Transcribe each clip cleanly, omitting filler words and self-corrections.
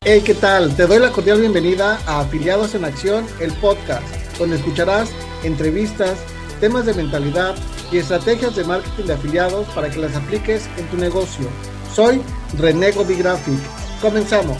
Hey, ¿qué tal? Te doy la cordial bienvenida a Afiliados en Acción, el podcast, donde escucharás entrevistas, temas de mentalidad y estrategias de marketing de afiliados para que las apliques en tu negocio. Soy René Godigraphic. Comenzamos.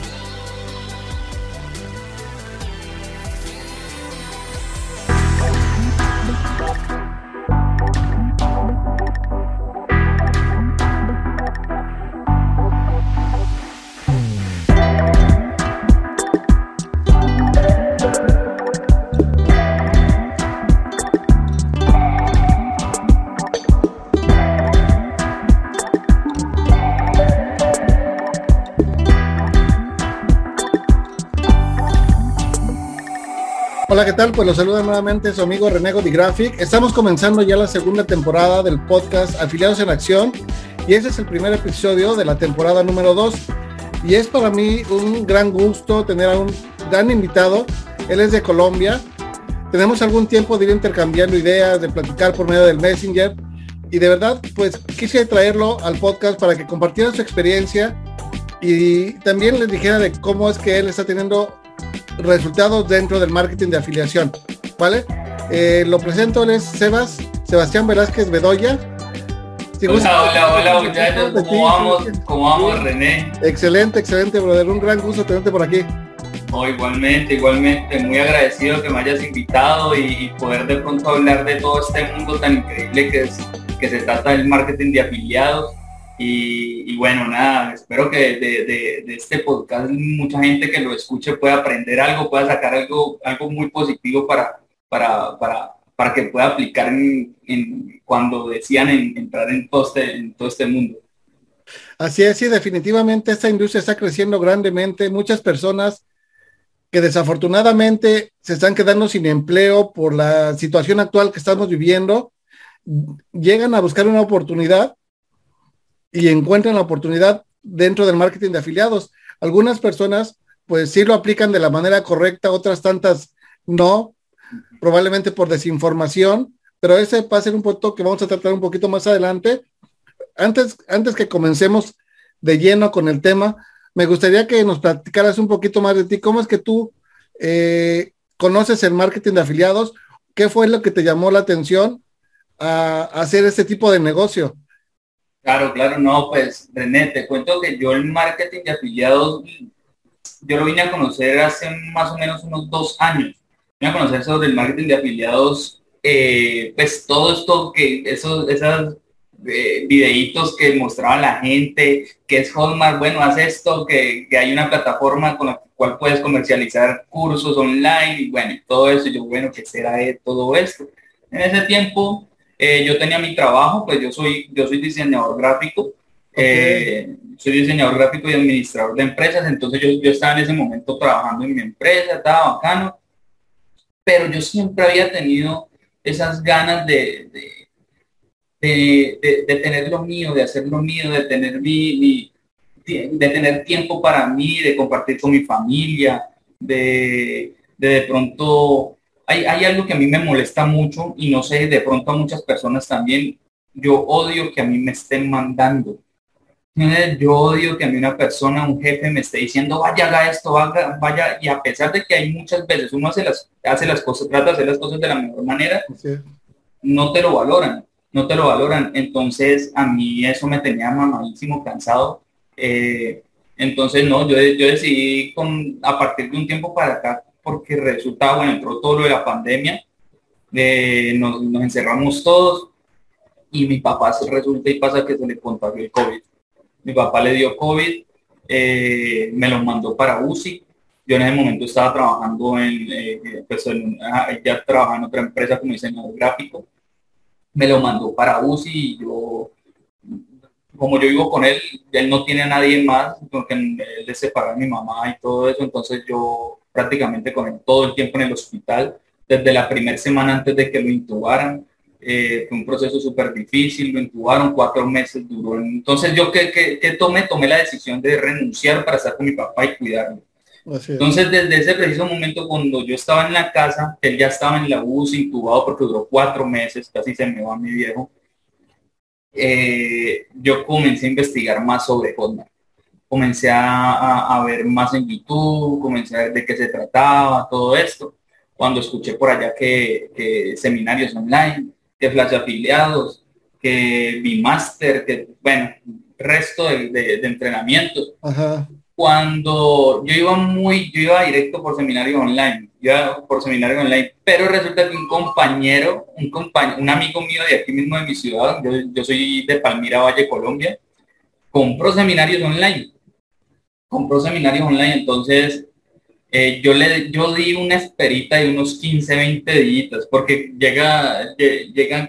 Hola, ¿qué tal? Pues los saluda nuevamente su amigo René Godigraphic. Estamos comenzando ya la segunda temporada del podcast Afiliados en Acción y este es el primer episodio de la temporada número 2. Y es para mí un gran gusto tener a un gran invitado. Él es de Colombia. Tenemos algún tiempo de ir intercambiando ideas, de platicar por medio del Messenger y de verdad, pues quise traerlo al podcast para que compartiera su experiencia y también les dijera de cómo es que él está teniendo resultados dentro del marketing de afiliación, ¿vale? Lo presento, él es Sebastián Velázquez Bedoya. Si hola muchachos, ¿cómo vamos, René? Excelente, brother, un gran gusto tenerte por aquí. Igualmente, muy agradecido que me hayas invitado y poder de pronto hablar de todo este mundo tan increíble que se trata del marketing de afiliados. Y bueno, nada, espero que de este podcast mucha gente que lo escuche pueda aprender algo, pueda sacar algo muy positivo para que pueda aplicar cuando decían entrar en todo este mundo. Así es, sí, definitivamente esta industria está creciendo grandemente. Muchas personas que desafortunadamente se están quedando sin empleo por la situación actual que estamos viviendo, llegan a buscar una oportunidad y encuentran la oportunidad dentro del marketing de afiliados. Algunas personas pues sí lo aplican de la manera correcta, otras tantas no, probablemente por desinformación, pero ese va a ser un punto que vamos a tratar un poquito más adelante. Antes que comencemos de lleno con el tema, me gustaría que nos platicaras un poquito más de ti. ¿Cómo es que tú conoces el marketing de afiliados? ¿Qué fue lo que te llamó la atención a hacer este tipo de negocio? Claro, no, pues René, te cuento que yo el marketing de afiliados, yo lo vine a conocer hace más o menos unos 2 años. Vine a conocer sobre el marketing de afiliados, pues todo esto esos videitos que mostraba la gente, que es Hotmart, bueno, haz esto, que hay una plataforma con la cual puedes comercializar cursos online, y bueno, y todo eso, yo, bueno, ¿qué será de todo esto? En ese tiempo, yo tenía mi trabajo, pues yo soy diseñador gráfico, soy diseñador gráfico y administrador de empresas, entonces yo estaba en ese momento trabajando en mi empresa, estaba bacano, pero yo siempre había tenido esas ganas de tener lo mío, de hacer lo mío, de tener de tener tiempo para mí, de compartir con mi familia, de pronto, hay algo que a mí me molesta mucho y no sé, de pronto a muchas personas también, yo odio que a mí me estén mandando. Yo odio que a mí una persona, un jefe me esté diciendo, vaya, haga esto, vaya, y a pesar de que hay muchas veces uno hace las cosas, trata de hacer las cosas de la mejor manera, sí, no te lo valoran. Entonces a mí eso me tenía mamadísimo, cansado. Entonces no, yo decidí a partir de un tiempo para acá, porque resulta, bueno, entró todo lo de la pandemia, nos encerramos todos y mi papá resulta y pasa que se le contagió el COVID. Mi papá le dio COVID, me lo mandó para UCI. Yo en ese momento estaba trabajando ya trabajaba en otra empresa como diseñador gráfico. Me lo mandó para UCI y yo, como yo vivo con él no tiene a nadie más, porque él le separó a mi mamá y todo eso, entonces yo prácticamente con él todo el tiempo en el hospital, desde la primera semana antes de que lo intubaran. Fue un proceso súper difícil, lo intubaron, 4 meses duró. Entonces yo que tomé la decisión de renunciar para estar con mi papá y cuidarlo. Entonces desde ese preciso momento, cuando yo estaba en la casa, él ya estaba en la UCI intubado porque duró 4 meses, casi se me va mi viejo. Yo comencé a investigar más sobre Hotmart. comencé a ver más en YouTube, comencé a ver de qué se trataba, todo esto. Cuando escuché por allá que seminarios online, que flash afiliados, que Vmaster, que bueno, resto de entrenamientos. Ajá. Cuando yo iba directo por seminario online, pero resulta que un amigo mío de aquí mismo de mi ciudad, yo soy de Palmira, Valle, Colombia, compró seminarios online, entonces yo di una esperita de unos 15, 20 días, porque llegan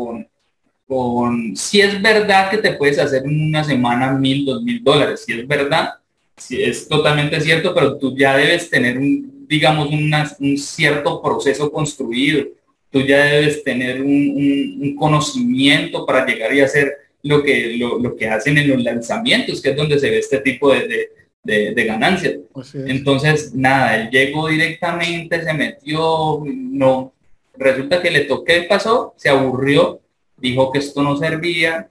si es verdad que te puedes hacer en una semana $1,000, $2,000, si es verdad, si es totalmente cierto, pero tú ya debes tener digamos, un cierto proceso construido, tú ya debes tener un conocimiento para llegar y hacer lo que hacen en los lanzamientos, que es donde se ve este tipo de ganancias. Entonces, nada, él llegó directamente, se metió, no, resulta que le toqué, pasó, se aburrió, dijo que esto no servía,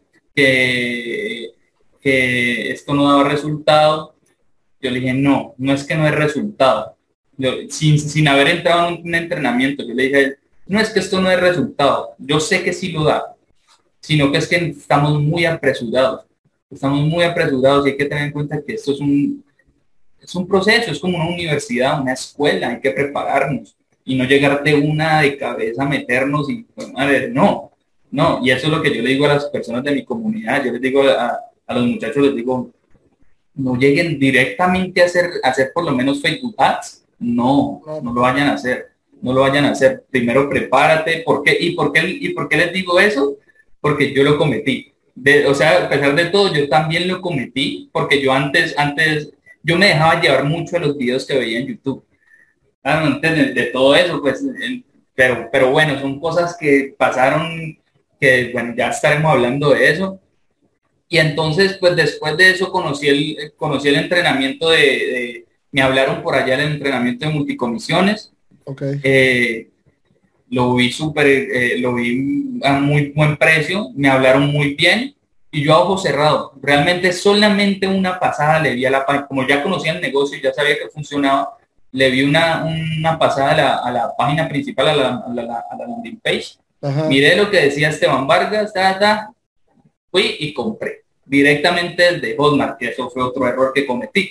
que esto no daba resultado. Yo le dije, no, no es que no hay resultado. Sin haber entrado en un entrenamiento, yo le dije, no es que esto no es resultado, yo sé que sí lo da, sino que es que estamos muy apresurados y hay que tener en cuenta que esto es un proceso, es como una universidad, una escuela, hay que prepararnos y no llegar de una de cabeza a meternos y, pues, madre, no, y eso es lo que yo le digo a las personas de mi comunidad, yo les digo a los muchachos, les digo, no lleguen directamente a hacer por lo menos Facebook Ads, no lo vayan a hacer, no lo vayan a hacer, primero prepárate, ¿por qué? ¿Y por qué les digo eso? Porque yo lo cometí, o sea, a pesar de todo, yo también lo cometí, porque yo antes, yo me dejaba llevar mucho de los videos que veía en YouTube, antes de todo eso, pues, pero bueno, son cosas que pasaron, que bueno, ya estaremos hablando de eso. Y entonces, pues después de eso conocí el entrenamiento me hablaron por allá del entrenamiento de multicomisiones. Okay. Lo vi lo vi a muy buen precio, me hablaron muy bien y yo a ojo cerrado, realmente solamente una pasada le vi a la página, como ya conocía el negocio, ya sabía que funcionaba, le vi una pasada a la página principal, a la landing page. Ajá. Miré lo que decía Esteban Vargas, fui y compré directamente desde Hotmart, que eso fue otro error que cometí.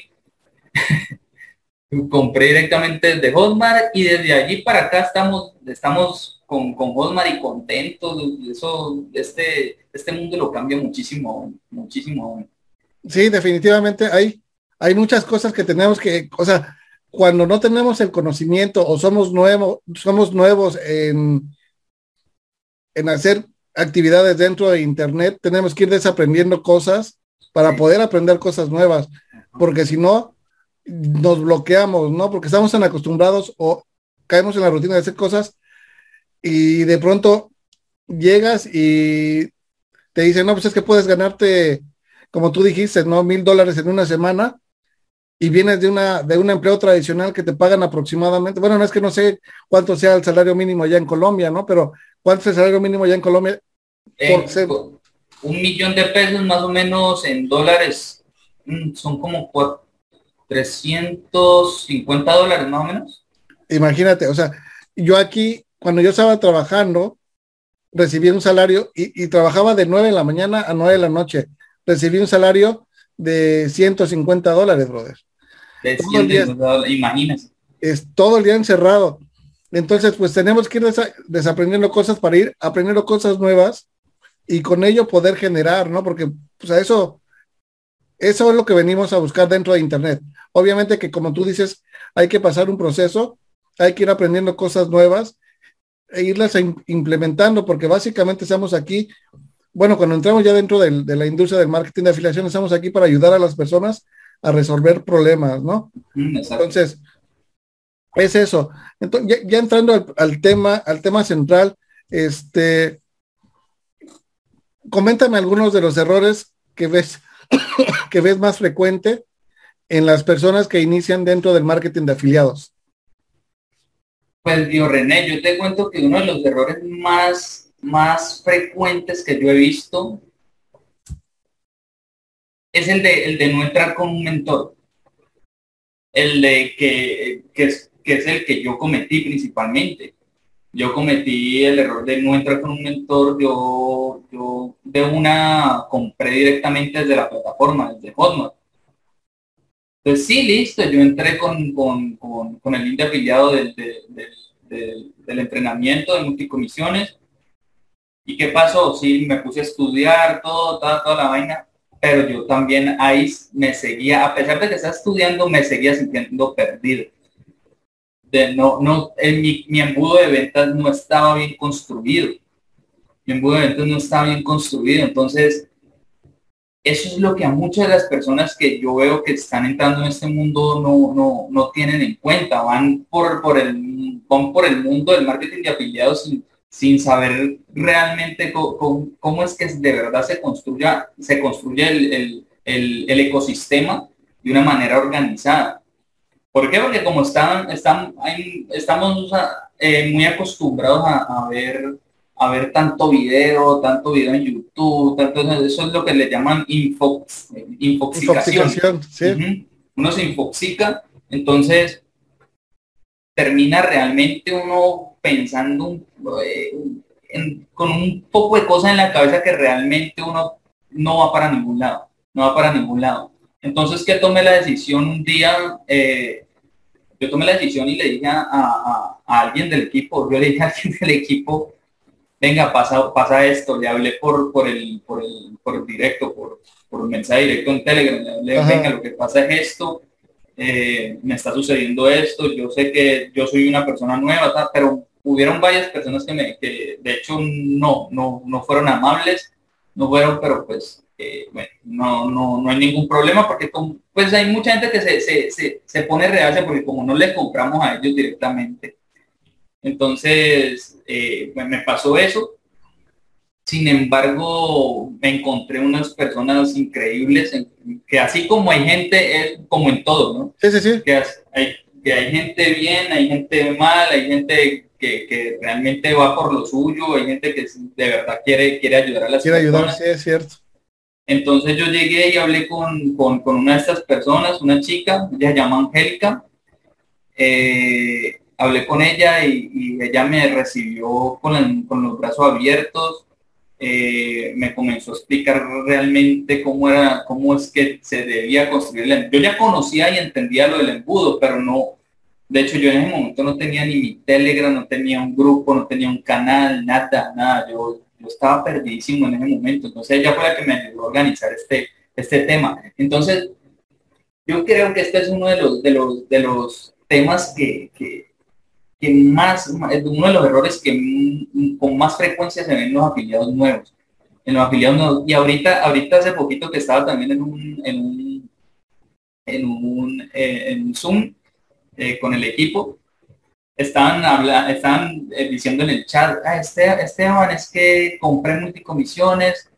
Compré directamente desde Hotmart y desde allí para acá estamos con Hotmart y contentos. Eso, este mundo lo cambia muchísimo, muchísimo. Sí, definitivamente hay muchas cosas que tenemos que, o sea, cuando no tenemos el conocimiento o somos nuevos en hacer actividades dentro de Internet, tenemos que ir desaprendiendo cosas para poder aprender cosas nuevas, porque si no, nos bloqueamos, ¿no? Porque estamos tan acostumbrados o caemos en la rutina de hacer cosas y de pronto llegas y te dicen, no, pues es que puedes ganarte, como tú dijiste, ¿no? $1,000 en una semana y vienes de un empleo tradicional que te pagan aproximadamente, bueno, no es que no sé cuánto sea el salario mínimo allá en Colombia, ¿no? Pero ¿cuánto es el salario mínimo allá en Colombia? $1,000,000 más o menos en dólares, son como $350 más o menos. Imagínate, o sea, yo aquí, cuando yo estaba trabajando, recibí un salario y trabajaba de 9 de la mañana a 9 de la noche. Recibí un salario de $150, brother. De $150, imagínate. Es todo el día encerrado. Entonces, pues tenemos que ir desaprendiendo cosas para ir aprendiendo cosas nuevas y con ello poder generar, ¿no? Porque, pues a eso es lo que venimos a buscar dentro de Internet. Obviamente que, como tú dices, hay que pasar un proceso, hay que ir aprendiendo cosas nuevas e irlas implementando, porque básicamente estamos aquí, bueno, cuando entramos ya dentro de la industria del marketing de afiliación, estamos aquí para ayudar a las personas a resolver problemas, ¿no? Entonces, es eso. Entonces, ya entrando al tema central, coméntame algunos de los errores que ves, que ves más frecuente en las personas que inician dentro del marketing de afiliados. Pues, tío René, yo te cuento que uno de los errores más frecuentes que yo he visto es el de no entrar con un mentor. El de que es el que yo cometí principalmente. Yo cometí el error de no entrar con un mentor. Yo de una compré directamente desde la plataforma, desde Hotmart. Entonces sí, listo, yo entré con el link de afiliado del entrenamiento de multicomisiones. ¿Y qué pasó? Sí, me puse a estudiar toda la vaina, pero yo también ahí me seguía, a pesar de que estaba estudiando, me seguía sintiendo perdido. Mi embudo de ventas no estaba bien construido. Mi embudo de ventas no estaba bien construido. Entonces, eso es lo que a muchas de las personas que yo veo que están entrando en este mundo no tienen en cuenta. Van por el mundo del marketing de afiliados sin saber realmente cómo es que de verdad se construye el ecosistema de una manera organizada. ¿Por qué? Porque como estamos muy acostumbrados a ver tanto video en YouTube, eso es lo que le llaman infoxicación. Sí. Uno se infoxica, entonces termina realmente uno pensando con un poco de cosas en la cabeza que realmente uno no va para ningún lado. Entonces que tomé la decisión un día, yo tomé la decisión y le dije a alguien del equipo, venga, pasa esto, le hablé por el directo, por mensaje directo en Telegram, le hablé, venga, lo que pasa es esto, me está sucediendo esto, yo sé que yo soy una persona nueva, pero hubieron varias personas que de hecho no fueron amables, pero pues bueno, no hay ningún problema porque pues hay mucha gente que se pone reacia porque como no les compramos a ellos directamente. Entonces, me pasó eso. Sin embargo, me encontré unas personas increíbles que así como hay gente, es como en todo, ¿no? Sí. Que hay gente bien, hay gente mal, hay gente que realmente va por lo suyo, hay gente que de verdad quiere ayudar a las personas. Quiere ayudar, sí, es cierto. Entonces yo llegué y hablé con una de estas personas, una chica, ella se llama Angélica. Hablé con ella y ella me recibió con los brazos abiertos. Me comenzó a explicar realmente cómo es que se debía construir el embudo. Yo ya conocía y entendía lo del embudo, pero de hecho yo en ese momento no tenía ni mi Telegram, no tenía un grupo, no tenía un canal, nada. Yo estaba perdidísimo en ese momento. Entonces ella fue la que me ayudó a organizar este tema. Entonces yo creo que este es uno de los temas que más, uno de los errores que con más frecuencia se ven en los afiliados nuevos. Y ahorita hace poquito que estaba también en un Zoom con el equipo, estaban diciendo en el chat, Esteban, es que compré multicomisiones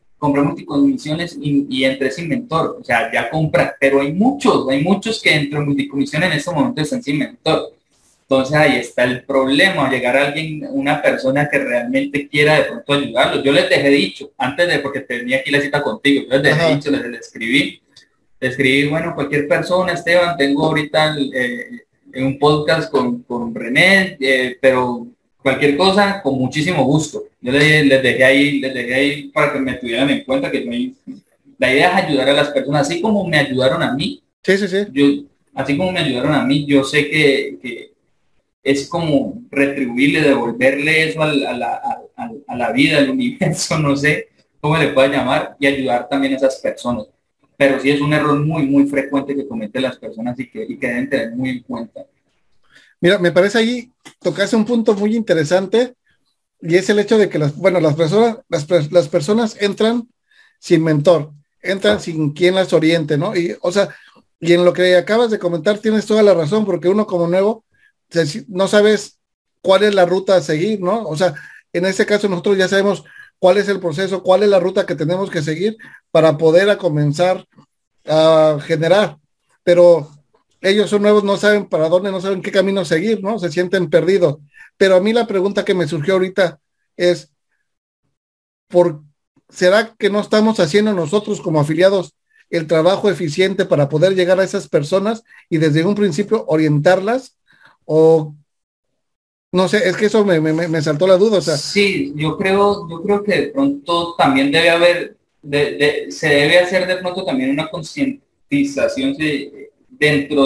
y entré sin mentor, o sea, ya compra, pero hay muchos que dentro de multicomisiones en este momento están sin mentor. Entonces ahí está el problema, llegar a una persona que realmente quiera de pronto ayudarlos. Yo les dejé dicho, porque tenía aquí la cita contigo, yo les dejé dicho, les escribí, bueno, cualquier persona, Esteban, tengo ahorita un podcast con René, pero cualquier cosa, con muchísimo gusto. Yo les dejé ahí para que me tuvieran en cuenta que la idea es ayudar a las personas, así como me ayudaron a mí. Sí. Así como me ayudaron a mí, yo sé que es como retribuirle, devolverle eso a la vida, al universo, no sé cómo le pueda llamar, y ayudar también a esas personas. Pero sí es un error muy, muy frecuente que cometen las personas y que deben tener muy en cuenta. Mira, me parece ahí tocaste un punto muy interesante y es el hecho de que las personas entran sin mentor, entran sin quien las oriente, ¿no? Y en lo que acabas de comentar tienes toda la razón, porque uno como nuevo no sabes cuál es la ruta a seguir, ¿no? O sea, en este caso nosotros ya sabemos cuál es el proceso, cuál es la ruta que tenemos que seguir para poder comenzar a generar, pero ellos son nuevos, no saben para dónde, no saben qué camino seguir, ¿no? Se sienten perdidos. Pero a mí la pregunta que me surgió ahorita es, ¿será que no estamos haciendo nosotros como afiliados el trabajo eficiente para poder llegar a esas personas y desde un principio orientarlas? O no sé, es que eso me saltó la duda, o sea. Sí, yo creo que de pronto también debe haber, se debe hacer de pronto también una concientización dentro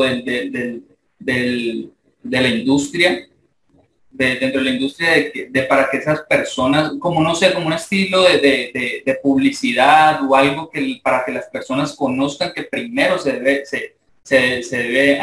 de la industria, dentro de la industria para que esas personas, como no sé, como un estilo de publicidad o algo para que las personas conozcan que primero se debe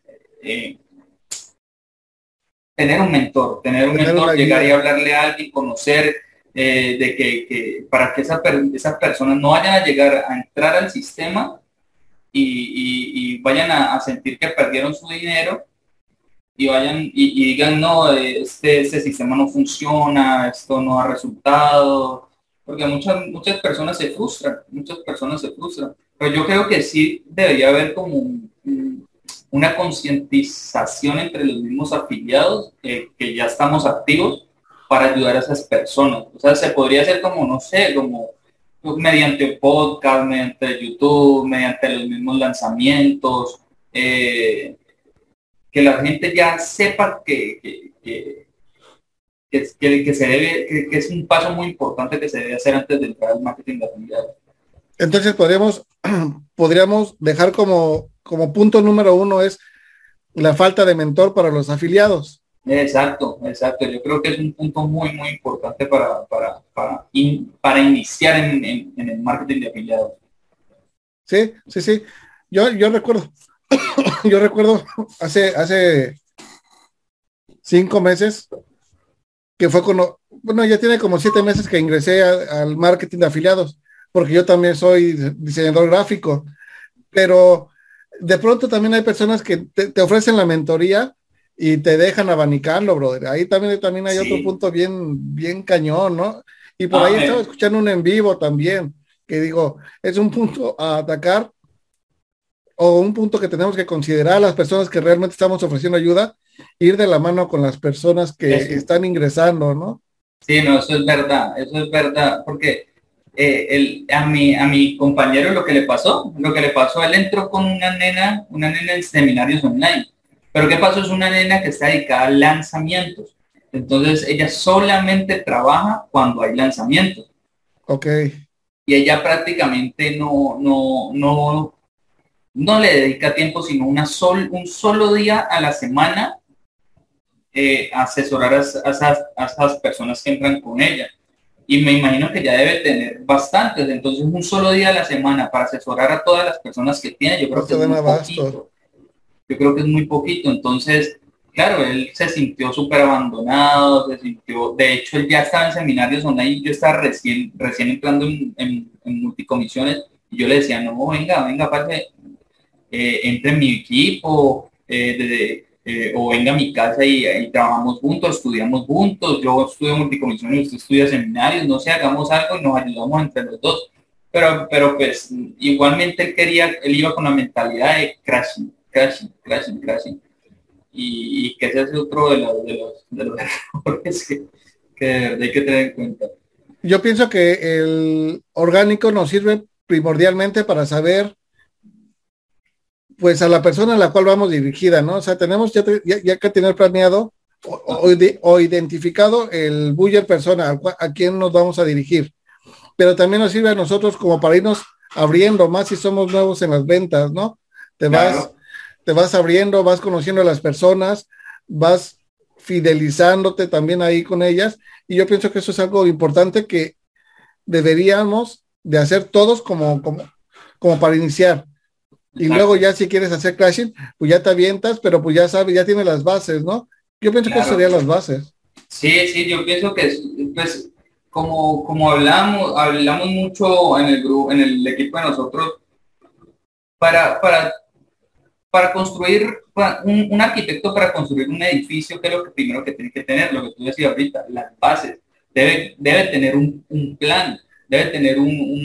tener un Tener una mentor, llegar y guía. hablarle a alguien, conocer, de para que esas personas no vayan a llegar a entrar al sistema y vayan a sentir que perdieron su dinero y vayan y digan, no, este sistema no funciona, esto no da resultado, porque muchas personas se frustran, pero yo creo que sí debería haber como una concientización entre los mismos afiliados que ya estamos activos para ayudar a esas personas. O sea, se podría hacer como, no sé, como mediante podcast, mediante YouTube, mediante los mismos lanzamientos, que la gente ya sepa que se debe, que es un paso muy importante que se debe hacer antes de entrar al marketing de afiliados. Entonces podríamos dejar como punto número uno es la falta de mentor para los afiliados. Exacto. Yo creo que es un punto muy, muy importante para iniciar en el marketing de afiliados. Sí, sí, sí. Yo recuerdo, yo recuerdo hace 5 meses que fue cuando, bueno, ya tiene como 7 meses que ingresé al marketing de afiliados, porque yo también soy diseñador gráfico, pero de pronto también hay personas que te ofrecen la mentoría y te dejan abanicando, brother. Ahí también hay otro Sí. punto bien cañón, ¿no? Y por Ah, ahí estaba escuchando un en vivo también, que digo, es un punto a atacar o un punto que tenemos que considerar a las personas que realmente estamos ofreciendo ayuda, ir de la mano con las personas que eso. están ingresando, ¿no? Sí, no, eso es verdad, porque a mi compañero lo que le pasó, él entró con una nena en seminarios online, pero ¿qué pasó? Es una nena que está dedicada a lanzamientos, entonces ella solamente trabaja cuando hay lanzamientos, Ok, y ella prácticamente no le dedica tiempo, sino un solo día a la semana, asesorar a esas personas que entran con ella. Y me imagino que ya debe tener bastantes, entonces un solo día a la semana para asesorar a todas las personas que tiene, yo no creo que se es den muy abasto. poquito, entonces, claro, él se sintió súper abandonado, de hecho él ya estaba en seminarios online, yo estaba recién entrando en multicomisiones, y yo le decía, no, venga, parce, entre en mi equipo, o venga a mi casa y trabajamos juntos, estudiamos juntos, yo estudio multicomisiones y usted estudia seminarios, no sé, hagamos algo y nos ayudamos entre los dos. Pero pues igualmente él iba con la mentalidad de crashing. Y que ese es otro de los errores que de verdad hay que tener en cuenta. Yo pienso que el orgánico nos sirve primordialmente para saber, pues, a la persona a la cual vamos dirigida, ¿no? O sea, tenemos ya que tener planeado o identificado el buyer persona a quién nos vamos a dirigir, pero también nos sirve a nosotros como para irnos abriendo más si somos nuevos en las ventas, ¿no? Te vas, Claro, te vas abriendo, vas conociendo a las personas, vas fidelizándote también ahí con ellas, y yo pienso que eso es algo importante que deberíamos de hacer todos como para iniciar. Y luego exacto, ya si quieres hacer crashing, pues ya te avientas, pero pues ya sabes, ya tienes las bases, ¿no? Yo pienso que eso claro. serían las bases. Sí, yo pienso que pues, como hablamos mucho en el grupo, en el equipo de nosotros, para, para, para construir, un arquitecto para construir un edificio, que es lo que primero que tiene que tener, lo que tú decías ahorita, las bases. Debe tener un plan, debe tener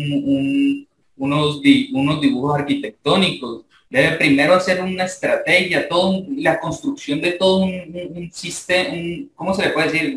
unos dibujos arquitectónicos, debe primero hacer una estrategia, la construcción de todo un sistema, ¿cómo se le puede decir?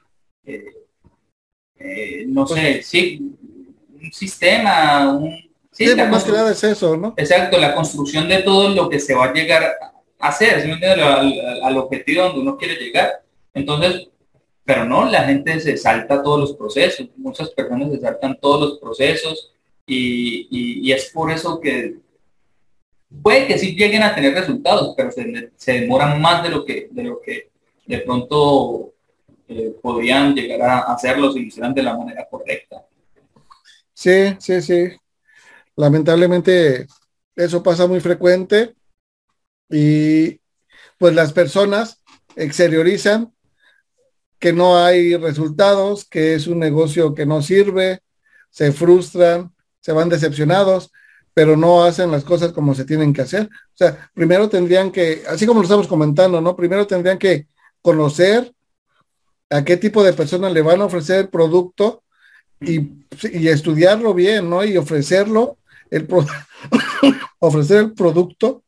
No Pues sé, sí, un sistema, Sí, Sí, pues más que nada es eso, ¿no? exacto, la construcción de todo lo que se va a llegar a hacer, ¿sí me entiendes? Al objetivo donde uno quiere llegar. Entonces, pero no, la gente se salta todos los procesos, muchas personas se saltan todos los procesos y es por eso que puede que sí lleguen a tener resultados, pero se demoran más de lo que de pronto podrían llegar a hacerlo si lo hicieran de la manera correcta. Sí, sí, sí. Lamentablemente eso pasa muy frecuente y pues las personas exteriorizan que no hay resultados, que es un negocio que no sirve, se frustran, se van decepcionados, pero no hacen las cosas como se tienen que hacer. O sea, primero tendrían que, así como lo estamos comentando, ¿no? Primero tendrían que conocer a qué tipo de personas le van a ofrecer el producto y estudiarlo bien, ¿no? Y ofrecerlo, ofrecer el producto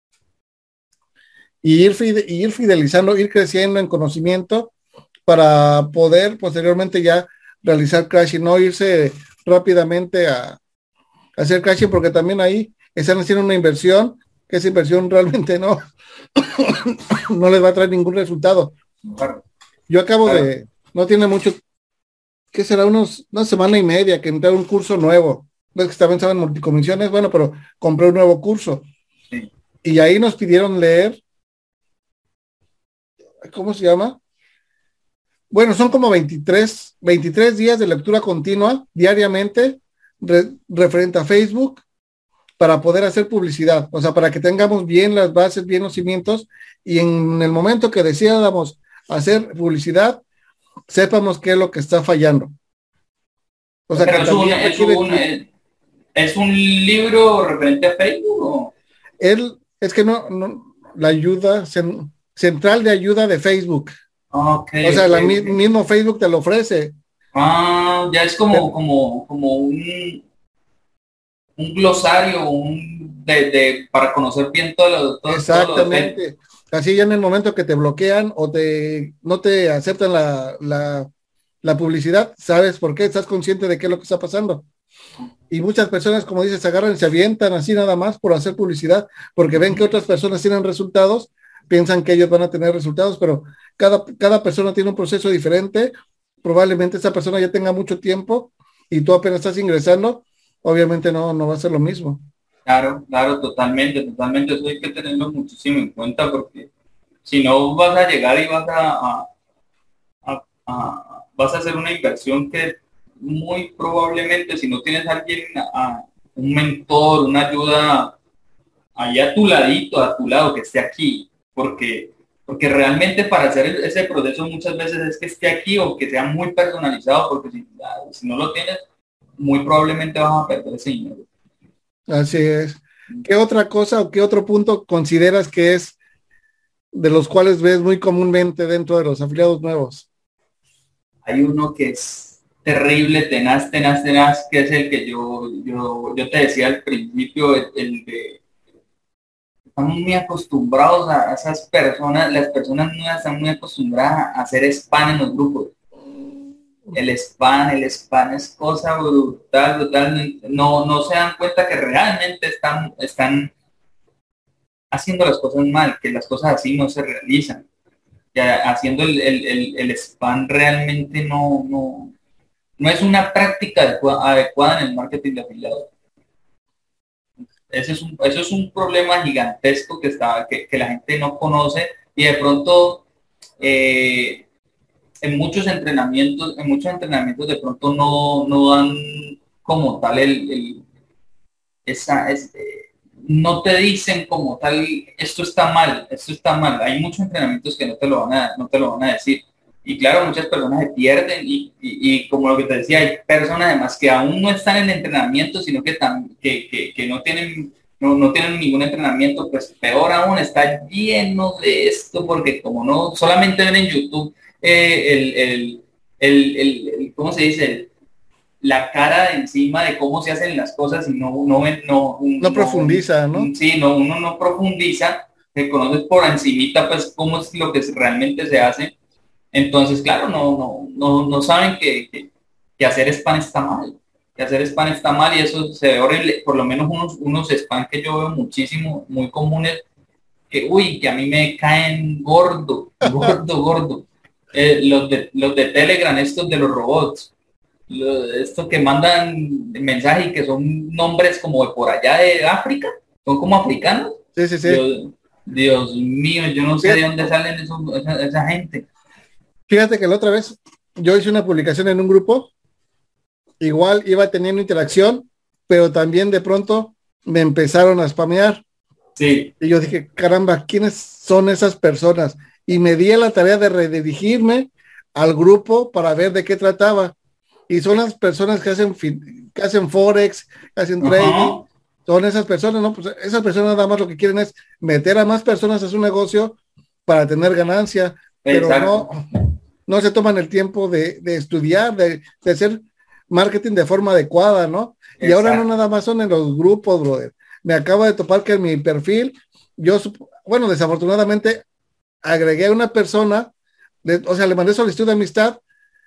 y ir fidelizando, ir creciendo en conocimiento para poder posteriormente ya realizar crashing, no irse rápidamente a hacer crashing, porque también ahí están haciendo una inversión, que esa inversión realmente no les va a traer ningún resultado. Claro, Yo acabo claro. de, no tiene mucho, que será una semana y media que entré a un curso nuevo. Ves que también saben multicomisiones, bueno, pero compré un nuevo curso. Sí. Y ahí nos pidieron leer, ¿cómo se llama? Bueno, son como 23 días de lectura continua diariamente referente a Facebook para poder hacer publicidad, o sea, para que tengamos bien las bases, bien los cimientos y en el momento que decidiéramos hacer publicidad, sepamos qué es lo que está fallando. O sea, Pero que también requiere tiempo. es un libro referente a Facebook. ¿O? Él, es que la ayuda central de ayuda de Facebook. Ok, O sea, ok, la ok. mismo Facebook te lo ofrece. Ah, ya es como un glosario, para conocer bien todo lo de Facebook. Exactamente. Así ya en el momento que te bloquean o no te aceptan la publicidad, sabes por qué, estás consciente de qué es lo que está pasando. Y muchas personas, como dices, se agarran y se avientan así nada más por hacer publicidad, porque ven que otras personas tienen resultados, piensan que ellos van a tener resultados, pero cada persona tiene un proceso diferente. Probablemente esa persona ya tenga mucho tiempo y tú apenas estás ingresando, obviamente no va a ser lo mismo. Claro, claro, totalmente, totalmente. Eso hay que tenerlo muchísimo en cuenta porque si no vas a llegar y vas a hacer una inversión que muy probablemente si no tienes a alguien, un mentor, una ayuda ahí a tu ladito, a tu lado, que esté aquí, porque realmente para hacer ese proceso muchas veces es que esté aquí o que sea muy personalizado, porque si no lo tienes, muy probablemente vas a perder ese dinero. Así es. ¿Qué otra cosa o qué otro punto consideras que es de los cuales ves muy comúnmente dentro de los afiliados nuevos? Hay uno que es terrible, tenaz, tenaz, tenaz, que es el que yo te decía al principio, el de estamos muy acostumbrados a esas personas, las personas nuevas están muy acostumbradas a hacer spam en los grupos. El spam es cosa brutal, brutal. No se dan cuenta que realmente están haciendo las cosas mal, que las cosas así no se realizan. Que haciendo el spam realmente no es una práctica adecuada en el marketing de afiliados. Eso es un problema gigantesco que la gente no conoce y de pronto eh, en muchos entrenamientos de pronto no dan como tal esa, es, no te dicen como tal, esto está mal, esto está mal. Hay muchos entrenamientos que no te lo van a decir. Y claro, muchas personas se pierden y como lo que te decía, hay personas además que aún no están en entrenamiento, sino que no tienen ningún entrenamiento, pues peor aún, está lleno de esto, porque como no solamente ven en YouTube ¿cómo se dice? La cara de encima de cómo se hacen las cosas y No profundiza, ¿no? sí, uno no profundiza, se conoce por encimita pues cómo es lo que realmente se hace. Entonces, claro, no saben que hacer spam está mal, que hacer spam está mal y eso se ve horrible. Por lo menos unos spam que yo veo muchísimo, muy comunes, que a mí me caen gordo, gordo, gordo. Los de Telegram, estos de los robots, estos que mandan mensajes y que son nombres como de por allá de África, son como africanos. Sí, sí, sí. Dios mío, yo no sé de dónde salen esa gente. Fíjate que la otra vez yo hice una publicación en un grupo, igual iba teniendo interacción, pero también de pronto me empezaron a spamear. Sí. Y yo dije, caramba, ¿quiénes son esas personas? Y me di a la tarea de redirigirme al grupo para ver de qué trataba. Y son las personas que hacen Forex, que hacen trading. Son esas personas, ¿no? Pues esas personas nada más lo que quieren es meter a más personas a su negocio para tener ganancia, pero no se toman el tiempo de estudiar, de hacer marketing de forma adecuada, ¿no? Exacto. Y ahora no nada más son en los grupos, brother. Me acabo de topar que en mi perfil, desafortunadamente, agregué a una persona, le mandé solicitud de amistad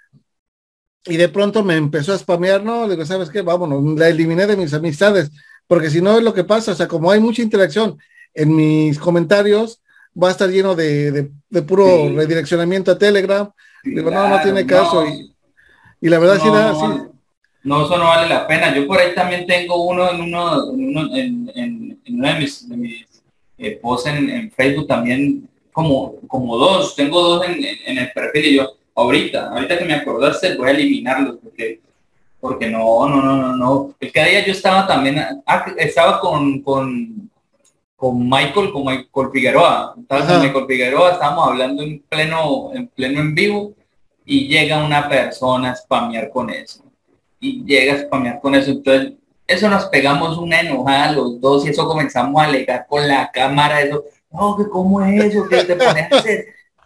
y de pronto me empezó a spamear, no, le digo, ¿sabes qué? Vámonos, la eliminé de mis amistades, porque si no es lo que pasa, o sea, como hay mucha interacción en mis comentarios, va a estar lleno de puro redireccionamiento a Telegram. Digo, no tiene caso. Y la verdad sí da así. No, eso no vale la pena. Yo por ahí también tengo uno en uno de mis posts en Facebook también, como dos. Tengo dos en el perfil y yo, ahorita que me acordaste, voy a eliminarlos porque no. El que día yo estaba también, estaba con Michael Figueroa. Con Michael Figueroa, estábamos hablando en pleno en vivo y llega una persona a spamear con eso. Entonces eso nos pegamos una enojada los dos y eso comenzamos a alegar con la cámara, eso, no, que cómo es eso, que te pones a hacer.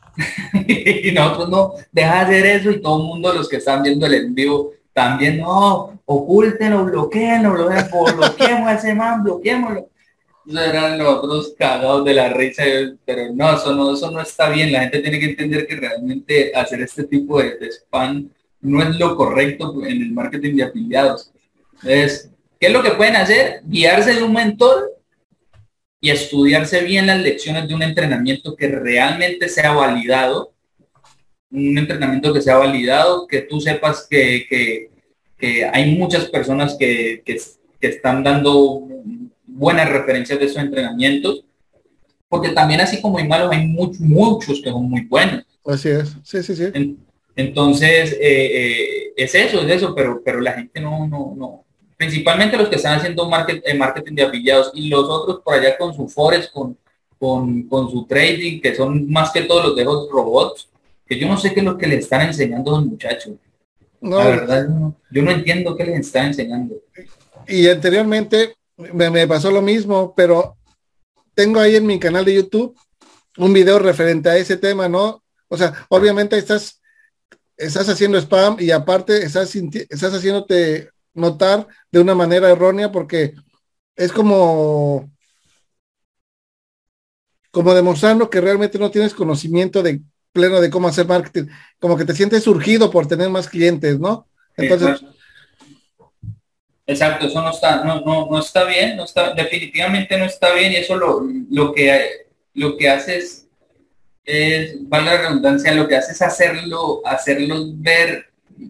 Y nosotros no, deja de hacer eso y todo el mundo, los que están viendo el en vivo, también, no, ocúltenlo, bloqueenlo, bloqueemos a ese man, bloqueémoslo. Eran los otros cagados de la risa, pero no, eso no está bien. La gente tiene que entender que realmente hacer este tipo de spam no es lo correcto en el marketing de afiliados. Entonces, ¿qué es lo que pueden hacer? Guiarse de un mentor y estudiarse bien las lecciones de un entrenamiento que realmente sea validado, que tú sepas que hay muchas personas que están dando buenas referencias de esos entrenamientos, porque también así como hay malos, hay muchos que son muy buenos. Así es, sí. Entonces, es eso, pero la gente no. Principalmente los que están haciendo marketing de afiliados y los otros por allá con su forex, con su trading, que son más que todos los de los robots, que yo no sé qué es lo que le están enseñando a los muchachos. No, la verdad, yo no entiendo qué les están enseñando. Y anteriormente me pasó lo mismo, pero tengo ahí en mi canal de YouTube un video referente a ese tema, ¿no? O sea, obviamente estás haciendo spam y aparte estás haciéndote notar de una manera errónea porque es como demostrando que realmente no tienes conocimiento pleno de cómo hacer marketing, como que te sientes surgido por tener más clientes, ¿no? Entonces, exacto, eso no está bien, definitivamente no está bien y eso lo que haces valga la redundancia, lo que hace es hacerlos ver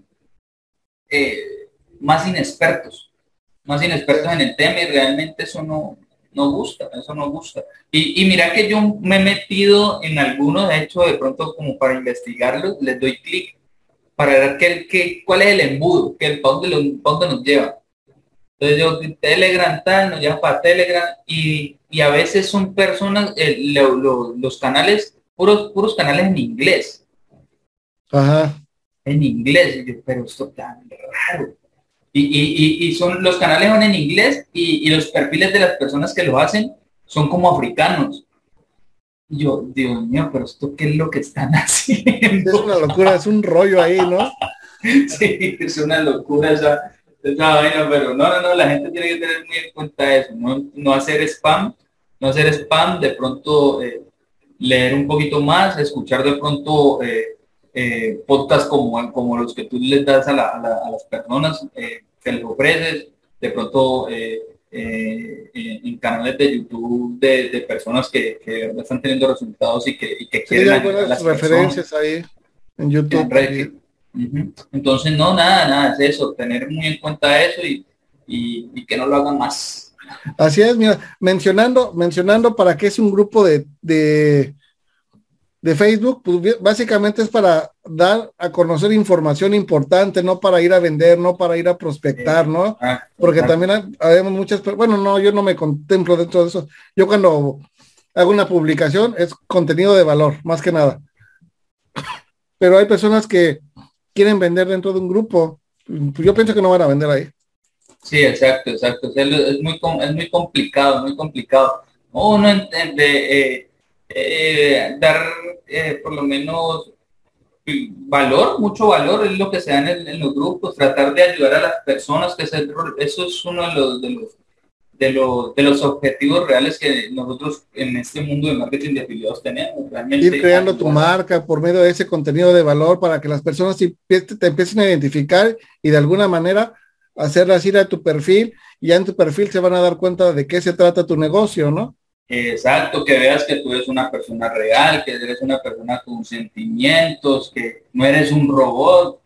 más inexpertos en el tema y realmente eso no gusta. Y mira que yo me he metido en algunos, de hecho, de pronto como para investigarlos, les doy clic para ver cuál es el embudo, para dónde nos lleva. Entonces yo, Telegram tal, nos lleva para Telegram y a veces son personas, los canales, puros canales en inglés. Ajá. En inglés, pero esto tan raro. Y son los canales son en inglés y los perfiles de las personas que lo hacen son como africanos. Y yo, Dios mío, pero esto qué es lo que están haciendo. Es una locura, es un rollo ahí, ¿no? Sí, es una locura esa vaina, pero no, la gente tiene que tener muy en cuenta eso, no hacer spam, de pronto leer un poquito más, escuchar de pronto podcasts como los que tú les das a las personas, que les ofreces, de pronto en canales de YouTube de personas que de verdad están teniendo resultados y que Sí, quieren hay ayudar a buenas las referencias personas. ahí en YouTube también. Entonces, no, nada, es eso, tener muy en cuenta eso y que no lo hagan más. Así es, mira, mencionando para qué es un grupo de Facebook, pues básicamente es para dar a conocer información importante, no para ir a vender, no para ir a prospectar, ¿no? Porque Exacto. también habemos muchas, bueno, no, yo no me contemplo dentro de eso. Yo cuando hago una publicación es contenido de valor, más que nada. Pero hay personas que quieren vender dentro de un grupo. Yo pienso que no van a vender ahí. Sí, exacto. O sea, es muy complicado, muy complicado. Uno entiende dar por lo menos valor, mucho valor es lo que se da en los grupos, tratar de ayudar a las personas, eso es uno de los objetivos reales que nosotros en este mundo de marketing de afiliados tenemos, Ir realmente creando tu ayudar. marca por medio de ese contenido de valor para que las personas te empiecen a identificar y de alguna manera hacerlas ir a tu perfil y ya en tu perfil se van a dar cuenta de qué se trata tu negocio, ¿no? Exacto, que veas que tú eres una persona real, que eres una persona con sentimientos, que no eres un robot.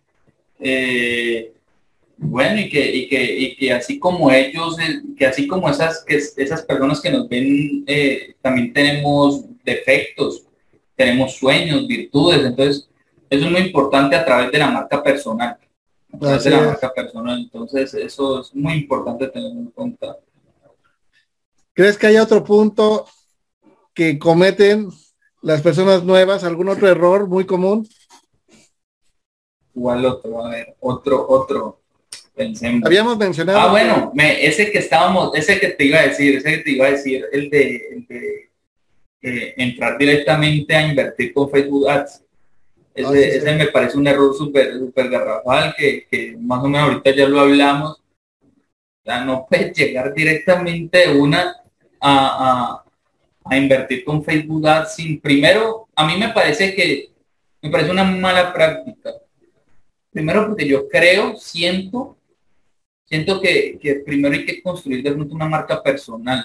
Bueno, y que así como ellos, que así como esas personas que nos ven, también tenemos defectos, tenemos sueños, virtudes. Entonces, eso es muy importante a través de la marca personal. A través de Así la es. marca personal. Entonces, eso es muy importante tener en cuenta. ¿Crees que hay otro punto que cometen las personas nuevas, algún otro error muy común? ¿Cuál otro? A ver, otro. Pensemos. Habíamos mencionado que, Bueno, ese que te iba a decir, el de entrar directamente a invertir con Facebook Ads. sí, Ese sí. me parece un error súper garrafal, que más o menos ahorita ya lo hablamos. O sea, no puedes llegar directamente de una a, a, a invertir con Facebook Ads sin primero, a mí me parece una mala práctica. Primero porque yo siento que primero hay que construir de pronto una marca personal.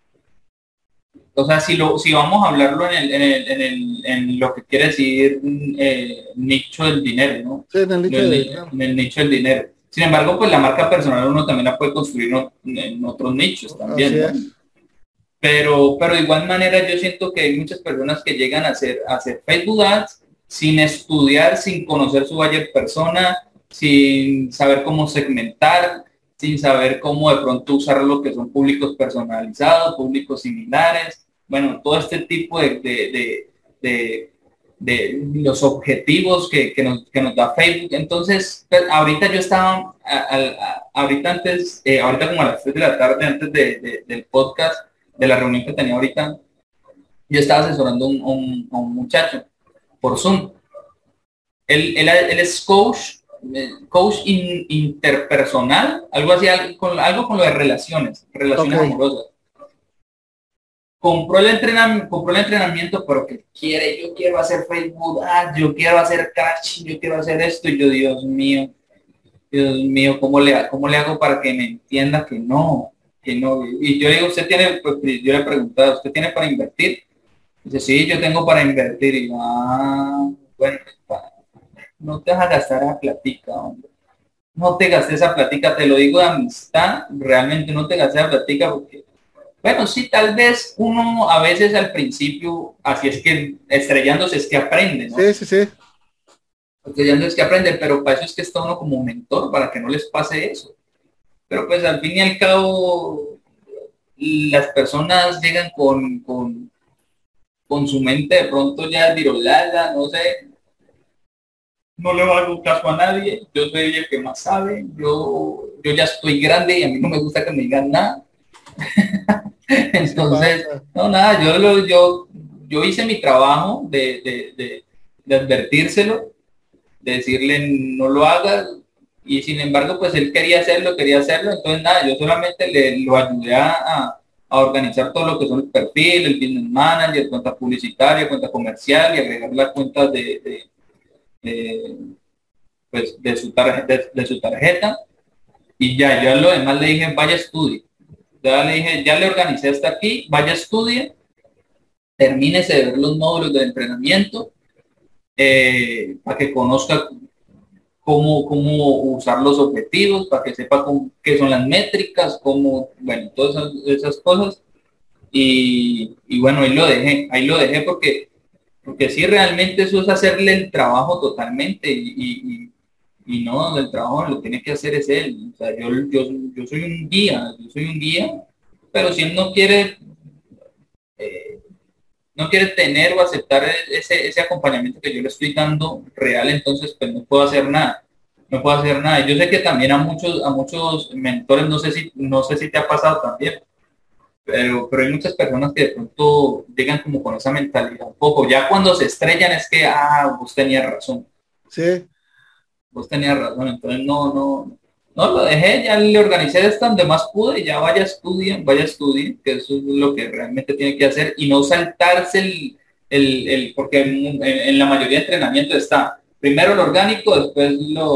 O sea, si vamos a hablarlo en lo que quiere decir nicho del dinero, ¿no? Sí, en el nicho de, claro. En el nicho del dinero. Sin embargo, pues la marca personal uno también la puede construir en otros nichos Así también, ¿no? es. Pero de igual manera yo siento que hay muchas personas que llegan a hacer Facebook Ads sin estudiar, sin conocer su buyer persona, sin saber cómo segmentar, sin saber cómo de pronto usar lo que son públicos personalizados, públicos similares, bueno, todo este tipo de, de los objetivos que nos da Facebook. Entonces, pues, ahorita yo estaba, ahorita antes, ahorita como a las 3 de la tarde, antes del podcast, de la reunión que tenía ahorita, yo estaba asesorando a un muchacho por Zoom. Él es coach interpersonal, algo así, algo con lo de Ok. relaciones amorosas. Compró el entrenamiento, pero que quiere, yo quiero hacer Facebook Ads, yo quiero hacer catch, yo quiero hacer esto, y yo, Dios mío, cómo le hago para que me entienda que no, que no? Y yo digo, usted tiene, pues, yo le he preguntado, ¿usted tiene para invertir? Dice, sí, yo tengo para invertir. Y yo, bueno, no te vas a gastar esa platica, hombre. No te gastes esa platica, te lo digo de amistad, realmente no te gastes esa platica porque, bueno, sí, tal vez uno a veces al principio, así es que estrellándose es que aprende, ¿no? Sí, sí, sí. Estrellándose es que aprende, pero para eso es que está uno como mentor, para que no les pase eso. Pero pues al fin y al cabo, las personas llegan con su mente de pronto ya virolada, no sé, no le hago caso a nadie, yo soy el que más sabe, yo ya estoy grande y a mí no me gusta que me digan nada. Así Entonces, pasa. no, nada, yo hice mi trabajo de advertírselo, de decirle no lo hagas, y sin embargo, pues él quería hacerlo, entonces nada, yo solamente lo ayudé a organizar todo lo que son el perfil, el business manager, cuenta publicitaria, cuenta comercial y agregar las cuentas de, pues, de su tarjeta. Y ya lo demás le dije, vaya estudie. Ya le dije, ya le organicé hasta aquí, vaya estudie, termínese de ver los módulos de entrenamiento, para que conozca cómo usar los objetivos, para que sepa qué son las métricas, bueno, todas esas cosas. Y bueno, ahí lo dejé porque sí, realmente eso es hacerle el trabajo totalmente y no, el trabajo lo tiene que hacer es él. O sea, yo soy un guía, pero si él no quiere tener o aceptar ese acompañamiento que yo le estoy dando real, entonces pues no puedo hacer nada. No puedo hacer nada. Yo sé que también a muchos mentores, no sé si te ha pasado también, pero hay muchas personas que de pronto llegan como con esa mentalidad un poco. Ya cuando se estrellan es que, vos tenías razón. Sí. Vos tenías razón. Entonces no lo dejé, ya le organicé hasta donde más pude, ya vaya estudien, que eso es lo que realmente tiene que hacer y no saltarse porque en la mayoría de entrenamientos está primero lo orgánico, después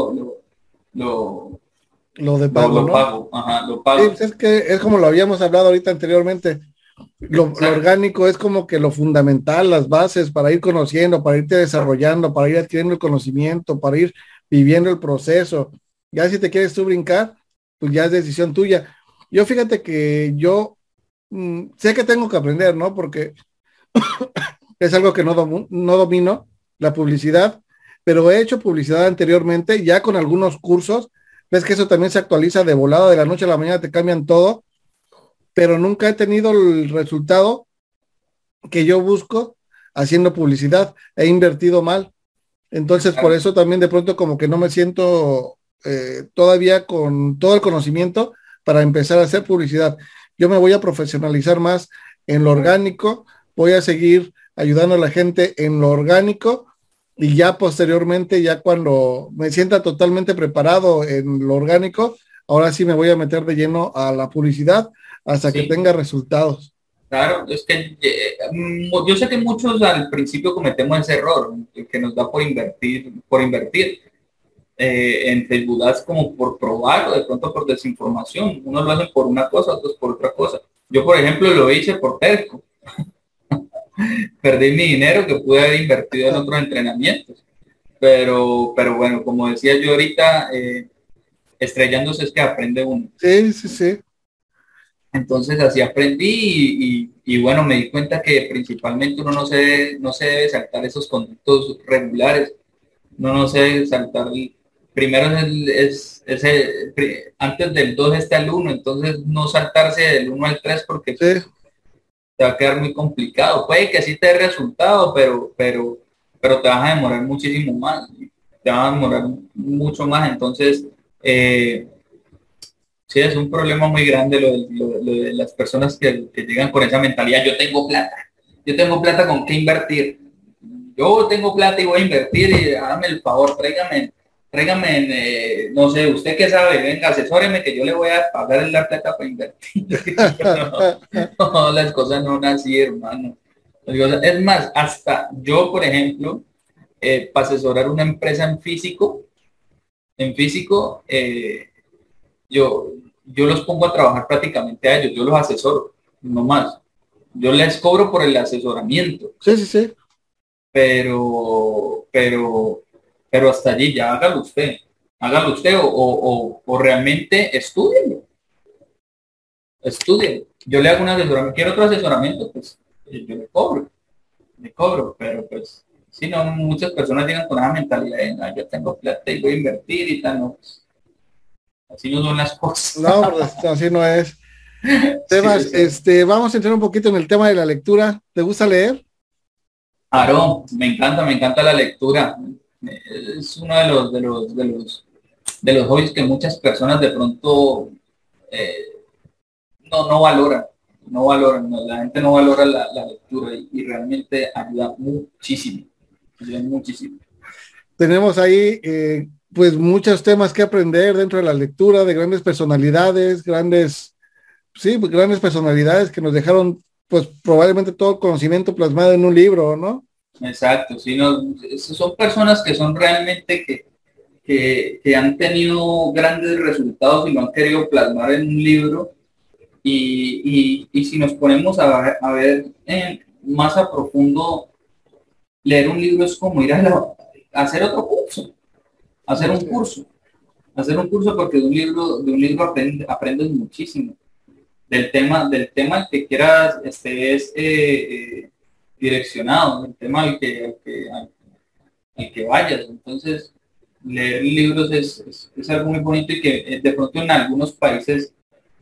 Lo de pago, lo ¿no? pago, ajá, lo Sí, pago. pues es que es como lo habíamos hablado ahorita anteriormente. Lo orgánico es como que lo fundamental, las bases para ir conociendo, para irte desarrollando, para ir adquiriendo el conocimiento, para ir viviendo el proceso. Ya si te quieres tú brincar, pues ya es decisión tuya. Yo fíjate que yo sé que tengo que aprender, ¿no? Porque es algo que no domino, la publicidad, pero he hecho publicidad anteriormente, ya con algunos cursos. Ves que eso también se actualiza de volada, de la noche a la mañana te cambian todo, pero nunca he tenido el resultado que yo busco haciendo publicidad. He invertido mal. Entonces, por eso también de pronto como que no me siento todavía con todo el conocimiento para empezar a hacer publicidad. Yo me voy a profesionalizar más en lo orgánico, voy a seguir ayudando a la gente en lo orgánico y ya posteriormente, ya cuando me sienta totalmente preparado en lo orgánico, ahora sí me voy a meter de lleno a la publicidad hasta que Sí. tenga resultados. Claro, es que yo sé que muchos al principio cometemos ese error, que nos da por invertir en Facebook Ads como por probar o de pronto por desinformación. Unos lo hacen por una cosa, otros por otra cosa. Yo, por ejemplo, lo hice por terco. Perdí mi dinero que pude haber invertido en otros entrenamientos. Pero bueno, como decía yo ahorita, estrellándose es que aprende uno. Sí, sí, sí. Entonces así aprendí y bueno, me di cuenta que principalmente uno no se debe saltar esos conductos regulares, uno no se debe saltar, primero antes del 2 está el uno, entonces no saltarse del uno al 3 porque Sí. pues, te va a quedar muy complicado. Puede que sí te dé resultado, pero te vas a demorar muchísimo más, te vas a demorar mucho más, entonces... sí, es un problema muy grande lo de las personas que llegan con esa mentalidad. Yo tengo plata con qué invertir. Yo tengo plata y voy a invertir y hágame el favor, tráigame, no sé, usted qué sabe, venga, asesóreme que yo le voy a pagar la plata para invertir. No, las cosas no son así, hermano. Es más, hasta yo, por ejemplo, para asesorar una empresa en físico, yo, yo los pongo a trabajar prácticamente a ellos, yo los asesoro, no más. Yo les cobro por el asesoramiento, Sí, sí, sí. pero, pero, pero hasta allí ya hágalo usted o realmente estudienlo. Yo le hago un asesoramiento, quiero otro asesoramiento, pues yo le cobro, pero pues si no, muchas personas llegan con esa mentalidad de, "No, yo tengo plata y voy a invertir y tal, no, pues, así no son las cosas". No, pues, así no es. Sí, Sebas, vamos a entrar un poquito en el tema de la lectura. ¿Te gusta leer? Aarón, me encanta la lectura. Es uno de los hobbies que muchas personas de pronto no valoran, no, la gente no valora la lectura y realmente ayuda muchísimo. Tenemos ahí, pues, muchos temas que aprender dentro de la lectura de grandes personalidades, sí, pues, grandes personalidades que nos dejaron, pues, probablemente todo el conocimiento plasmado en un libro, ¿no? Exacto, sí, no, son personas que son realmente que han tenido grandes resultados y lo han querido plasmar en un libro. Y si nos ponemos a ver más a profundo, leer un libro es como ir a hacer otro curso, hacer un curso, porque de un libro aprendes muchísimo. Del tema al que quieras estés direccionado, del tema al que vayas. Entonces, leer libros es algo muy bonito y que de pronto en algunos países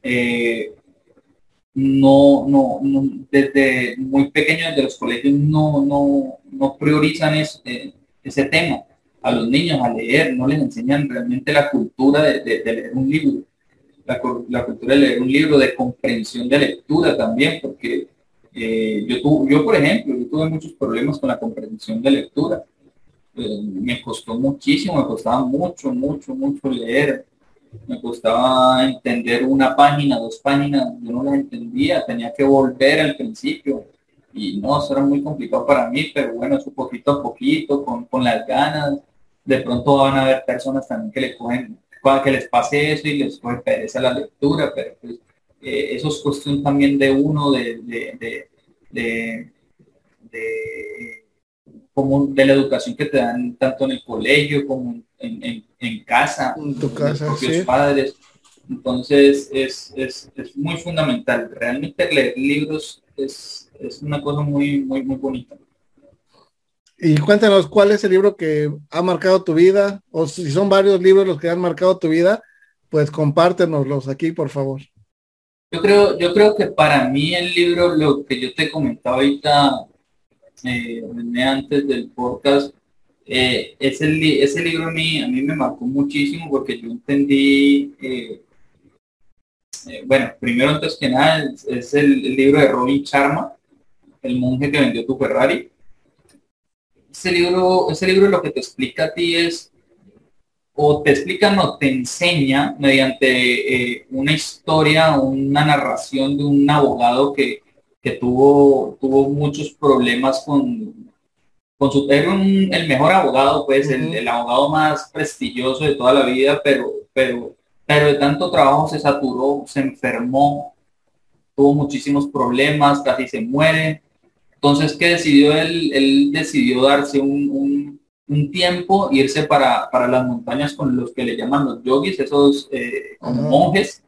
desde muy pequeños, desde los colegios, no priorizan ese tema a los niños a leer, no les enseñan realmente la cultura de leer un libro, la cultura de leer un libro, de comprensión de lectura también, porque yo, por ejemplo, yo tuve muchos problemas con la comprensión de lectura. Me costó muchísimo, me costaba mucho leer. Me costaba entender una página, dos páginas, yo no las entendía, tenía que volver al principio y no, eso era muy complicado para mí, pero bueno, eso poquito a poquito, con las ganas, de pronto van a haber personas también que que les pase eso y les coge pereza la lectura, pero pues eso es cuestión también de uno, de como de la educación que te dan tanto en el colegio como en casa, En tu con los casa, propios sí. padres. Entonces es muy fundamental. Realmente leer libros es una cosa muy bonita. Y cuéntanos cuál es el libro que ha marcado tu vida, o si son varios libros los que han marcado tu vida, pues compártenoslos aquí, por favor. Yo creo que para mí el libro, lo que yo te comentaba ahorita, antes del podcast, ese libro a mí me marcó muchísimo porque yo entendí, bueno, primero antes que nada es el libro de Robin Sharma, El monje que vendió tu Ferrari. Ese libro lo que te explica a ti es, o te explica, no, te enseña mediante una historia, una narración de un abogado que tuvo muchos problemas era el mejor abogado, pues el abogado más prestigioso de toda la vida, pero de tanto trabajo se saturó, se enfermó, tuvo muchísimos problemas, casi se muere. Entonces, ¿qué decidió él? Él decidió darse un tiempo, irse para las montañas con los que le llaman los yogis, esos como monjes.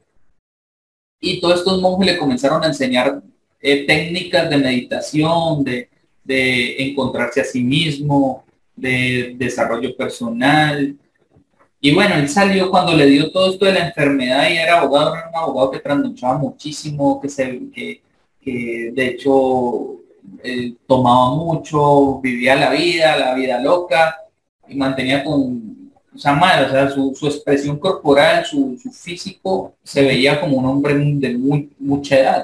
Y todos estos monjes le comenzaron a enseñar técnicas de meditación, de encontrarse a sí mismo, de desarrollo personal. Y bueno, él salió cuando le dio todo esto de la enfermedad y era un abogado que trasnochaba muchísimo, que de hecho tomaba mucho, vivía la vida loca y mantenía o sea, su expresión corporal, su físico se veía como un hombre de mucha edad.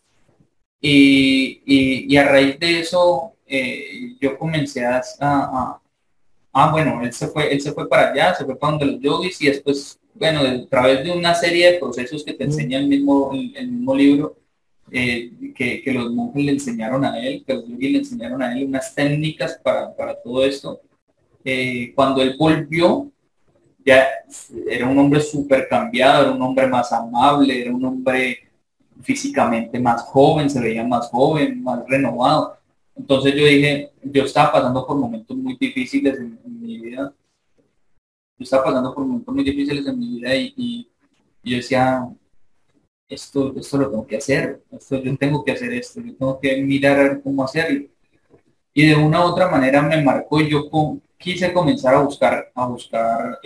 Y a raíz de eso, yo comencé bueno, él se fue para allá, se fue para donde los yogis y después, bueno, a través de una serie de procesos que te enseña el mismo libro, que los monjes le enseñaron a él, que los yogis le enseñaron a él unas técnicas para todo esto. Cuando él volvió, ya era un hombre súper cambiado, era un hombre más amable, era un hombre físicamente más joven, se veía más joven, más renovado. Entonces yo dije, yo estaba pasando por momentos muy difíciles en mi vida. Yo estaba pasando por momentos muy difíciles en mi vida y yo decía, esto lo tengo que hacer, yo tengo que hacer esto, yo tengo que mirar a ver cómo hacerlo. Y de una u otra manera me marcó y yo quise comenzar a buscar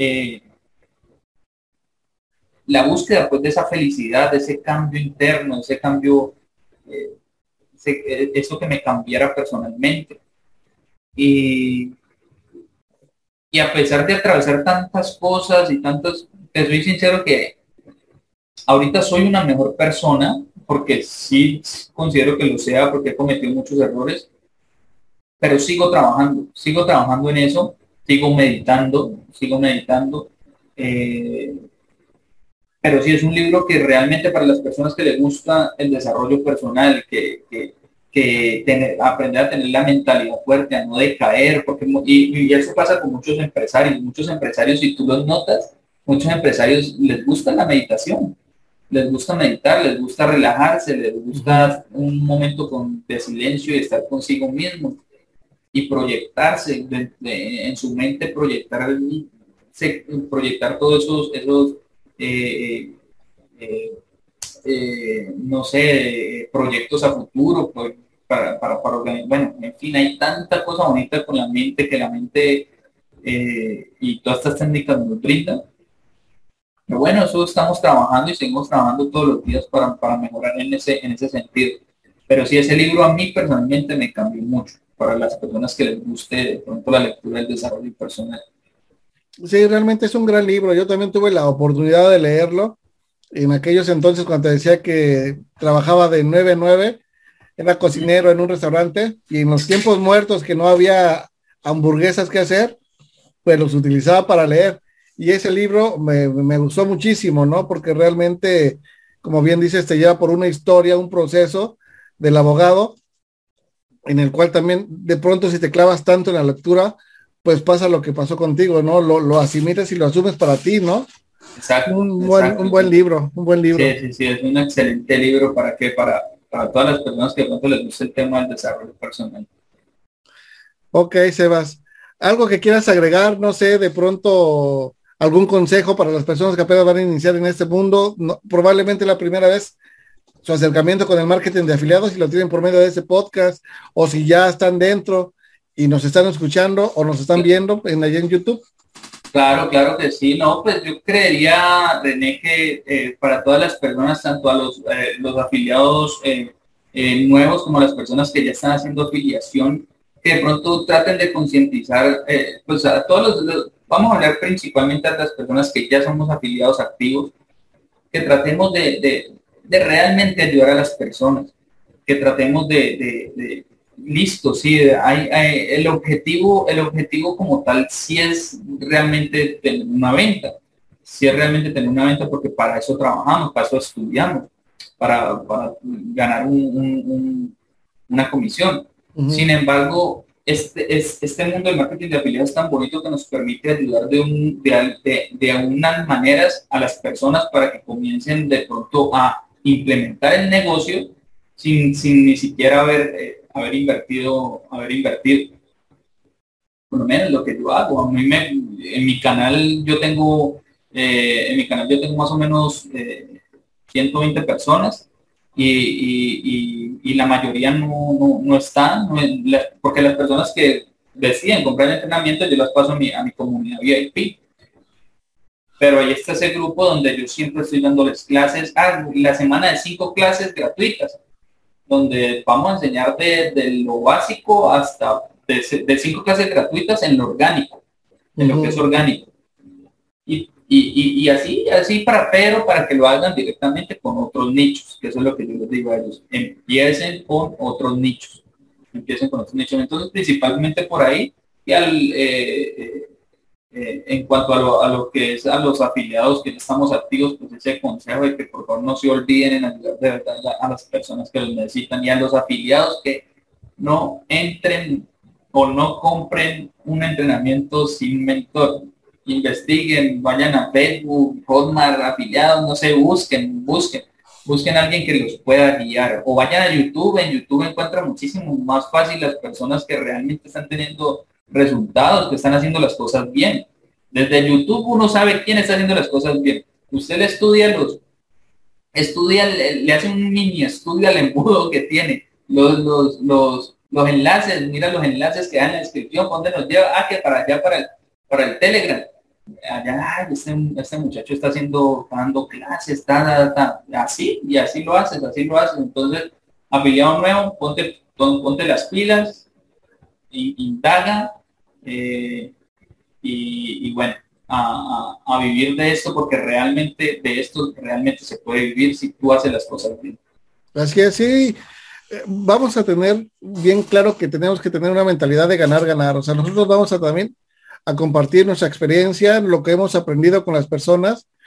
la búsqueda pues de esa felicidad, de ese cambio interno, de ese cambio, eso que me cambiara personalmente. Y, y a pesar de atravesar tantas cosas y tantos, te soy sincero que ahorita soy una mejor persona, porque sí considero que lo sea, porque he cometido muchos errores, pero sigo trabajando en eso, sigo meditando. eh, pero sí es un libro que realmente para las personas que les gusta el desarrollo personal, que aprender a tener la mentalidad fuerte, a no decaer, porque y eso pasa con muchos empresarios, si tú los notas, muchos empresarios les gusta la meditación, les gusta meditar, les gusta relajarse, les gusta un momento de silencio y estar consigo mismo y proyectarse en su mente, proyectar todos esos no sé, proyectos a futuro, pues, para organizar. Bueno, en fin, hay tanta cosa bonita con la mente, que la mente y todas estas técnicas nos brindan. Pero bueno, eso estamos trabajando y seguimos trabajando todos los días para mejorar en ese sentido. Pero sí, ese libro a mí personalmente me cambió mucho, para las personas que les guste de pronto la lectura del desarrollo personal. Sí, realmente es un gran libro. Yo también tuve la oportunidad de leerlo. En aquellos entonces, cuando te decía que trabajaba de 9 a 9, era cocinero en un restaurante, y en los tiempos muertos que no había hamburguesas que hacer, pues los utilizaba para leer. Y ese libro me gustó muchísimo, ¿no? Porque realmente, como bien dices, te lleva por una historia, un proceso del abogado, en el cual también de pronto, si te clavas tanto en la lectura, pues pasa lo que pasó contigo, ¿no? Lo asimilas y lo asumes para ti, ¿no? Exacto. Un buen libro, un buen libro. Sí, es un excelente libro para todas las personas que de pronto les gusta el tema del desarrollo personal. Ok, Sebas. ¿Algo que quieras agregar? No sé, de pronto algún consejo para las personas que apenas van a iniciar en este mundo, no, probablemente la primera vez su acercamiento con el marketing de afiliados, y lo tienen por medio de este podcast, o si ya están dentro y nos están escuchando o nos están viendo allá en YouTube. Claro que sí. No, pues yo creería, René, que para todas las personas, tanto a los afiliados nuevos como a las personas que ya están haciendo afiliación, que de pronto traten de concientizar, pues a todos vamos a hablar principalmente a las personas que ya somos afiliados activos, que tratemos de realmente ayudar a las personas, que tratemos listo, sí, el objetivo como tal sí es realmente tener una venta, porque para eso trabajamos, para eso estudiamos, para ganar una comisión. Sin embargo, este mundo del marketing de afiliados es tan bonito que nos permite ayudar de unas maneras a las personas para que comiencen de pronto a implementar el negocio sin ni siquiera haber invertido. Por lo menos lo que yo hago. En mi canal yo tengo más o menos 120 personas, y la mayoría no están, porque las personas que deciden comprar el entrenamiento yo las paso a mi comunidad VIP. Pero ahí está ese grupo donde yo siempre estoy dándoles clases, la semana de 5 clases gratuitas, donde vamos a enseñar de lo básico hasta de 5 clases gratuitas en lo orgánico, en lo que es orgánico. Y así para que lo hagan directamente con otros nichos, que eso es lo que yo les digo a ellos. Empiecen con otros nichos. Entonces, principalmente por ahí, y en cuanto a lo que es a los afiliados que estamos activos, pues ese consejo de que por favor no se olviden en ayudar de verdad a las personas que los necesitan, y a los afiliados que no entren o no compren un entrenamiento sin mentor. Investiguen, vayan a Facebook, Hotmart, afiliados, no sé, busquen a alguien que los pueda guiar, o vayan a YouTube. En YouTube encuentran muchísimo más fácil las personas que realmente están teniendo resultados, que están haciendo las cosas bien. Desde YouTube uno sabe quién está haciendo las cosas bien. Usted le le hace un mini estudio al embudo que tiene, los enlaces, mira los enlaces que dan en la descripción, ¿dónde nos lleva? Que para allá, para el Telegram. Allá, este muchacho está dando clases, está así, y así lo haces. Entonces, afiliado nuevo, ponte las pilas, indaga, y bueno, a vivir de esto, porque realmente de esto realmente se puede vivir si tú haces las cosas bien. Así es, sí. Vamos a tener bien claro que tenemos que tener una mentalidad de ganar. O sea, nosotros vamos a también a compartir nuestra experiencia, lo que hemos aprendido con las personas,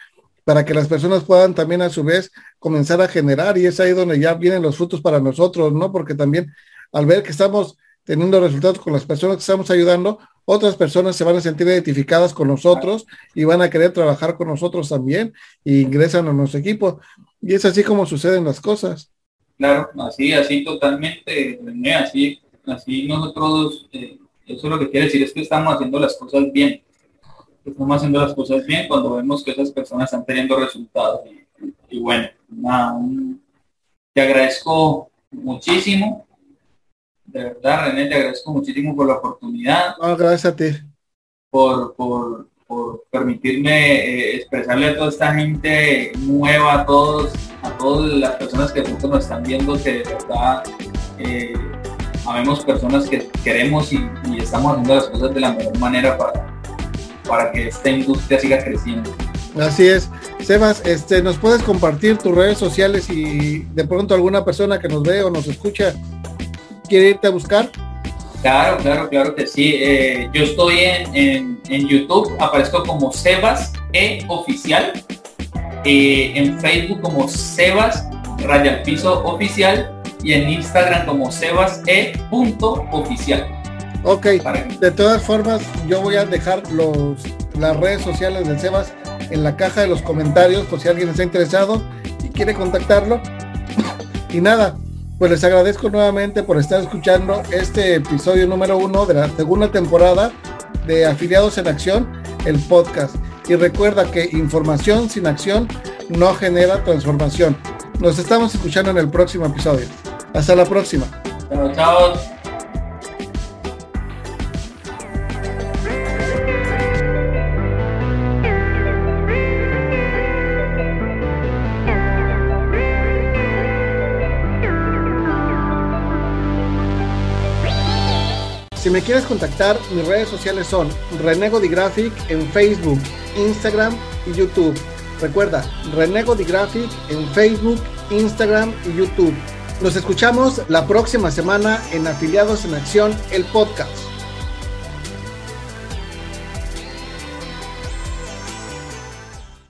para que las personas puedan también a su vez comenzar a generar, y es ahí donde ya vienen los frutos para nosotros, ¿no? Porque también al ver que estamos teniendo resultados con las personas que estamos ayudando, otras personas se van a sentir identificadas con nosotros y van a querer trabajar con nosotros también e ingresan a nuestro equipo. Y es así como suceden las cosas. Claro, así totalmente, René, así nosotros, eso es lo que quiere decir, es que estamos haciendo las cosas bien. Estamos haciendo las cosas bien cuando vemos que esas personas están teniendo resultados. Y bueno, te agradezco muchísimo. De verdad, René, te agradezco muchísimo por la oportunidad. Gracias a ti. Por permitirme expresarle a toda esta gente nueva, a todas las personas que de pronto nos están viendo, que de verdad habemos personas que queremos y estamos haciendo las cosas de la mejor manera para que esta industria siga creciendo. Así es. Sebas, ¿nos puedes compartir tus redes sociales y de pronto alguna persona que nos ve o nos escucha quiere irte a buscar? Claro que sí. Yo estoy en YouTube, aparezco como Sebas Oficial, en Facebook como Sebas _oficial y en Instagram como Sebas _oficial. Ok, de todas formas yo voy a dejar las redes sociales de Sebas en la caja de los comentarios por si alguien está interesado y quiere contactarlo. Y nada, pues les agradezco nuevamente por estar escuchando este episodio número 1 de la segunda temporada de Afiliados en Acción, el podcast. Y recuerda que información sin acción no genera transformación. Nos estamos escuchando en el próximo episodio. Hasta la próxima. Chao. Si me quieres contactar, mis redes sociales son René Godigraphic en Facebook, Instagram y YouTube. Recuerda, René Godigraphic en Facebook, Instagram y YouTube. Nos escuchamos la próxima semana en Afiliados en Acción, el podcast.